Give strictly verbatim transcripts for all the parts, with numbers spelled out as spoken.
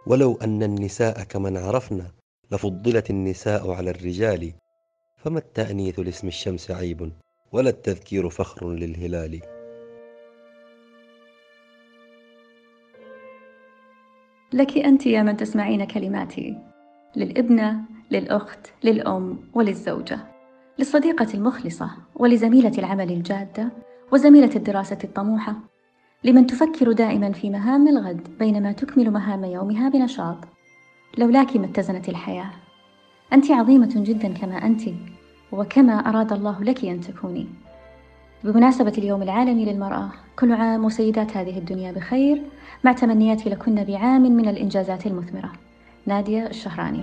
ولو أن النساء كمن عرفنا لفضلت النساء على الرجال، فما التأنيث لاسم الشمس عيب ولا التذكير فخر للهلال. لك أنت يا من تسمعين كلماتي، للابنة، للأخت، للأم وللزوجة، للصديقة المخلصة ولزميلة العمل الجادة وزميلة الدراسة الطموحة، لمن تفكر دائما في مهام الغد بينما تكمل مهام يومها بنشاط. لولاك ما اتزنت الحياة. أنت عظيمة جدا كما أنت، وكما أراد الله لك أن تكوني. بمناسبة اليوم العالمي للمرأة، كل عام وسيدات هذه الدنيا بخير، مع تمنياتي لكن بعام من الإنجازات المثمرة. نادية الشهراني.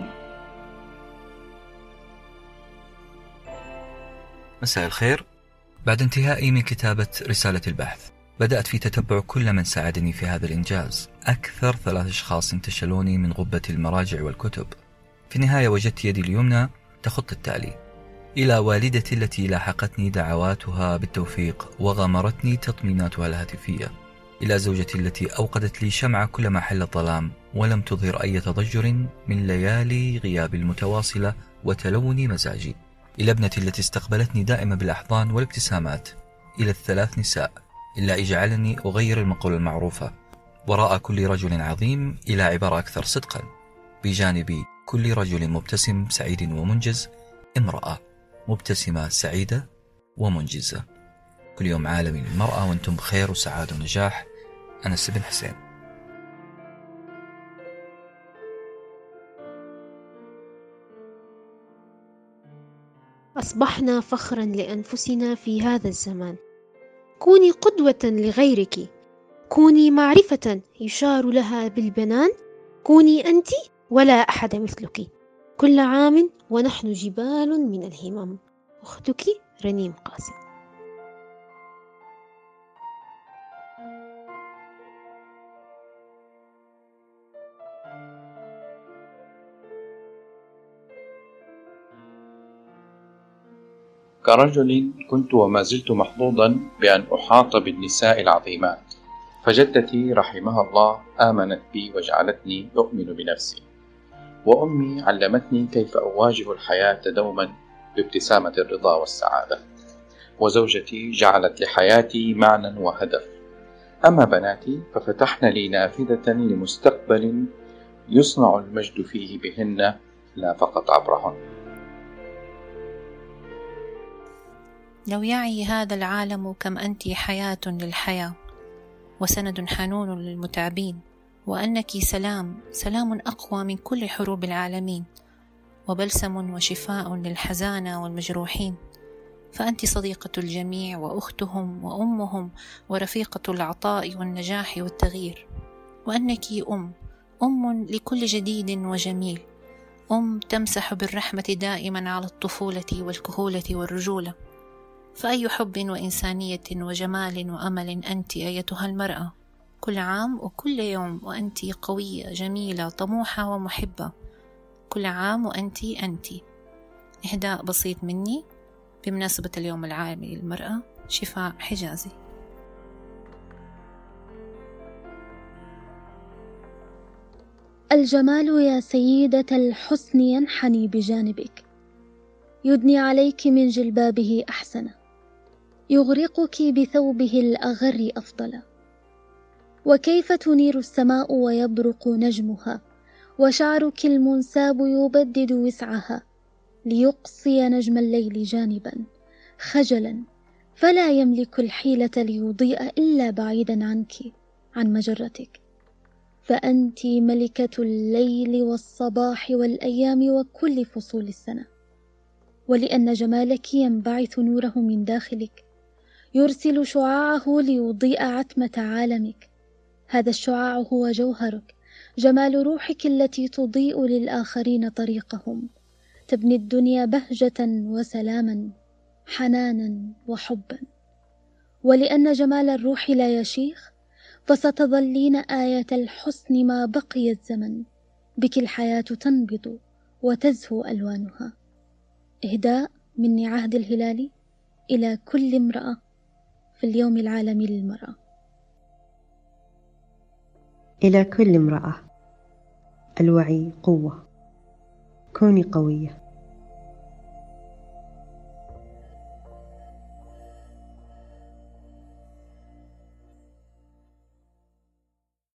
مساء الخير. بعد انتهائي من كتابة رسالة البحث، بدأت في تتبع كل من ساعدني في هذا الإنجاز. أكثر ثلاث أشخاص انتشلوني من غبة المراجع والكتب. في النهاية وجدت يدي اليمنى تخط التالي: إلى والدتي التي لاحقتني دعواتها بالتوفيق وغمرتني تطميناتها الهاتفية، إلى زوجتي التي أوقدت لي شمعة كلما حل الظلام ولم تظهر أي تضجر من ليالي غياب المتواصلة وتلون مزاجي، إلى ابنتي التي استقبلتني دائما بالأحضان والابتسامات، إلى الثلاث نساء، إلا يجعلني أغير المقولة المعروفة: وراء كل رجل عظيم، إلى عبارة أكثر صدقا: بجانب كل رجل مبتسم سعيد ومنجز امرأة مبتسمة سعيدة ومنجزة. كل يوم عالمي للمرأة وأنتم بخير وسعادة ونجاح. أنس بن حسين. أصبحنا فخرا لأنفسنا في هذا الزمان. كوني قدوة لغيرك، كوني معرفة يشار لها بالبنان، كوني أنت ولا أحد مثلك. كل عام ونحن جبال من الهمم. أختك رنيم قاسم. كرجل كنت وما زلت محظوظا بأن أحاط بالنساء العظيمات، فجدتي رحمها الله آمنت بي وجعلتني أؤمن بنفسي، وأمي علمتني كيف أواجه الحياة دوما بابتسامة الرضا والسعادة، وزوجتي جعلت لحياتي معنى وهدف. أما بناتي ففتحن لي نافذة لمستقبل يصنع المجد فيه بهن لا فقط عبرهن. لو يعي هذا العالم كم أنت حياة للحياة وسند حنون للمتعبين، وأنك سلام سلام أقوى من كل حروب العالمين، وبلسم وشفاء للحزانة والمجروحين، فأنت صديقة الجميع وأختهم وأمهم ورفيقة العطاء والنجاح والتغيير، وأنك أم أم لكل جديد وجميل، أم تمسح بالرحمة دائما على الطفولة والكهولة والرجولة. فأي حب وإنسانية وجمال وأمل أنت أيتها المرأة، كل عام وكل يوم وأنت قوية جميلة طموحة ومحبة. كل عام وأنت أنت. إهداء بسيط مني بمناسبة اليوم العالمي للمرأة. شفاء حجازي. الجمال يا سيدة الحسن ينحني بجانبك، يدني عليك من جلبابه أحسن، يغرقك بثوبه الأغر أفضل. وكيف تنير السماء ويبرق نجمها، وشعرك المنساب يبدد وسعها، ليقصي نجم الليل جانبا خجلا، فلا يملك الحيلة ليضيء إلا بعيدا عنك عن مجرتك. فأنت ملكة الليل والصباح والأيام وكل فصول السنة. ولأن جمالك ينبعث نوره من داخلك، يرسل شعاعه ليضيء عتمة عالمك. هذا الشعاع هو جوهرك، جمال روحك التي تضيء للآخرين طريقهم، تبني الدنيا بهجة وسلاما، حنانا وحبا. ولأن جمال الروح لا يشيخ، فستظلين آية الحسن ما بقي الزمن، بك الحياة تنبض وتزهو ألوانها. إهداء مني عهد الهلالي إلى كل امرأة في اليوم العالمي للمرأة. إلى كل امرأة الوعي قوة. كوني قوية.